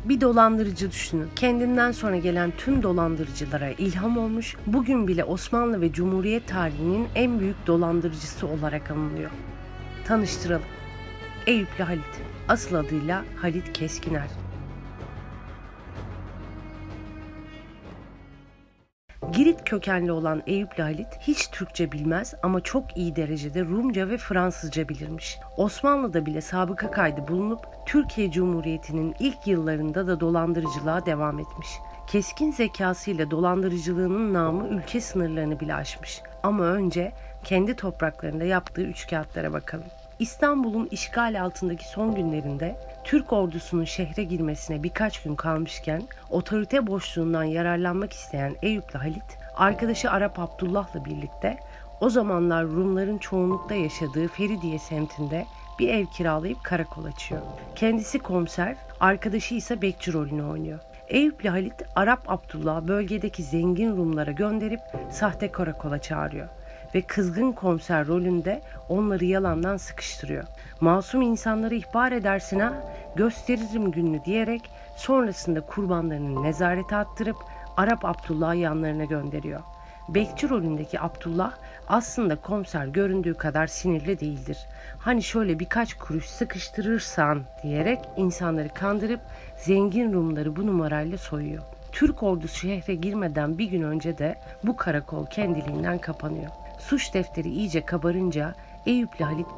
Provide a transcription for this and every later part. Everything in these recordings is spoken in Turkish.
Bir dolandırıcı düşünün. Kendinden sonra gelen tüm dolandırıcılara ilham olmuş, bugün bile Osmanlı ve Cumhuriyet tarihinin en büyük dolandırıcısı olarak anılıyor. Tanıştıralım. Eyüplü Halit. Asıl adıyla Halit Keskiner. Girit kökenli olan Eyüplü Halit hiç Türkçe bilmez ama çok iyi derecede Rumca ve Fransızca bilirmiş. Osmanlı'da bile sabıka kaydı bulunup Türkiye Cumhuriyeti'nin ilk yıllarında da dolandırıcılığa devam etmiş. Keskin zekasıyla dolandırıcılığının namı ülke sınırlarını bile aşmış. Ama önce kendi topraklarında yaptığı üçkağıtlara bakalım. İstanbul'un işgal altındaki son günlerinde Türk ordusunun şehre girmesine birkaç gün kalmışken otorite boşluğundan yararlanmak isteyen Eyüplü Halit, arkadaşı Arap Abdullah'la birlikte o zamanlar Rumların çoğunlukta yaşadığı Feridiye semtinde bir ev kiralayıp karakol açıyor. Kendisi komiser, arkadaşı ise bekçi rolünü oynuyor. Eyüplü Halit, Arap Abdullah'ı bölgedeki zengin Rumlara gönderip sahte karakola çağırıyor ve kızgın komiser rolünde onları yalandan sıkıştırıyor. Masum insanları ihbar edersin ha, gösteririm gününü diyerek sonrasında kurbanlarını nezarete attırıp Arap Abdullah'ı yanlarına gönderiyor. Bekçi rolündeki Abdullah aslında komiser göründüğü kadar sinirli değildir. Hani şöyle birkaç kuruş sıkıştırırsan diyerek insanları kandırıp zengin Rumları bu numarayla soyuyor. Türk ordusu şehre girmeden bir gün önce de bu karakol kendiliğinden kapanıyor. Suç defteri iyice kabarınca Eyüplü Halit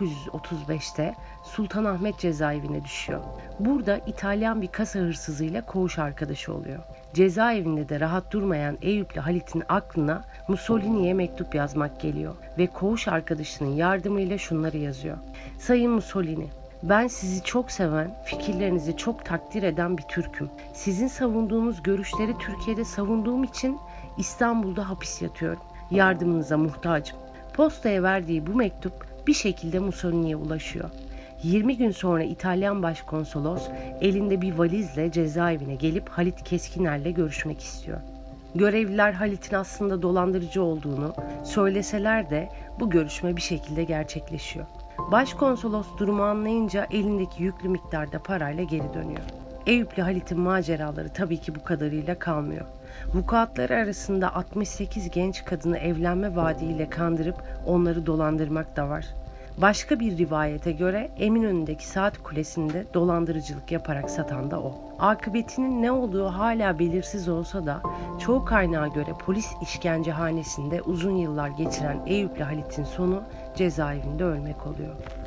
1935'te Sultanahmet cezaevine düşüyor. Burada İtalyan bir kasa hırsızıyla koğuş arkadaşı oluyor. Cezaevinde de rahat durmayan Eyüplü Halit'in aklına Mussolini'ye mektup yazmak geliyor ve koğuş arkadaşının yardımıyla şunları yazıyor. Sayın Mussolini, ben sizi çok seven, fikirlerinizi çok takdir eden bir Türk'üm. Sizin savunduğunuz görüşleri Türkiye'de savunduğum için İstanbul'da hapis yatıyorum. Yardımınıza muhtacım. Postaya verdiği bu mektup bir şekilde Mussolini'ye ulaşıyor. 20 gün sonra İtalyan başkonsolos elinde bir valizle cezaevine gelip Halit Keskiner'le görüşmek istiyor. Görevliler Halit'in aslında dolandırıcı olduğunu söyleseler de bu görüşme bir şekilde gerçekleşiyor. Başkonsolos durumu anlayınca elindeki yüklü miktarda parayla geri dönüyor. Eyüplü Halit'in maceraları tabii ki bu kadarıyla kalmıyor. Vukuatları arasında 68 genç kadını evlenme vaadiyle kandırıp onları dolandırmak da var. Başka bir rivayete göre Eminönü'ndeki saat kulesinde dolandırıcılık yaparak satan da o. Akıbetinin ne olduğu hala belirsiz olsa da çoğu kaynağa göre polis işkencehanesinde uzun yıllar geçiren Eyüplü Halit'in sonu cezaevinde ölmek oluyor.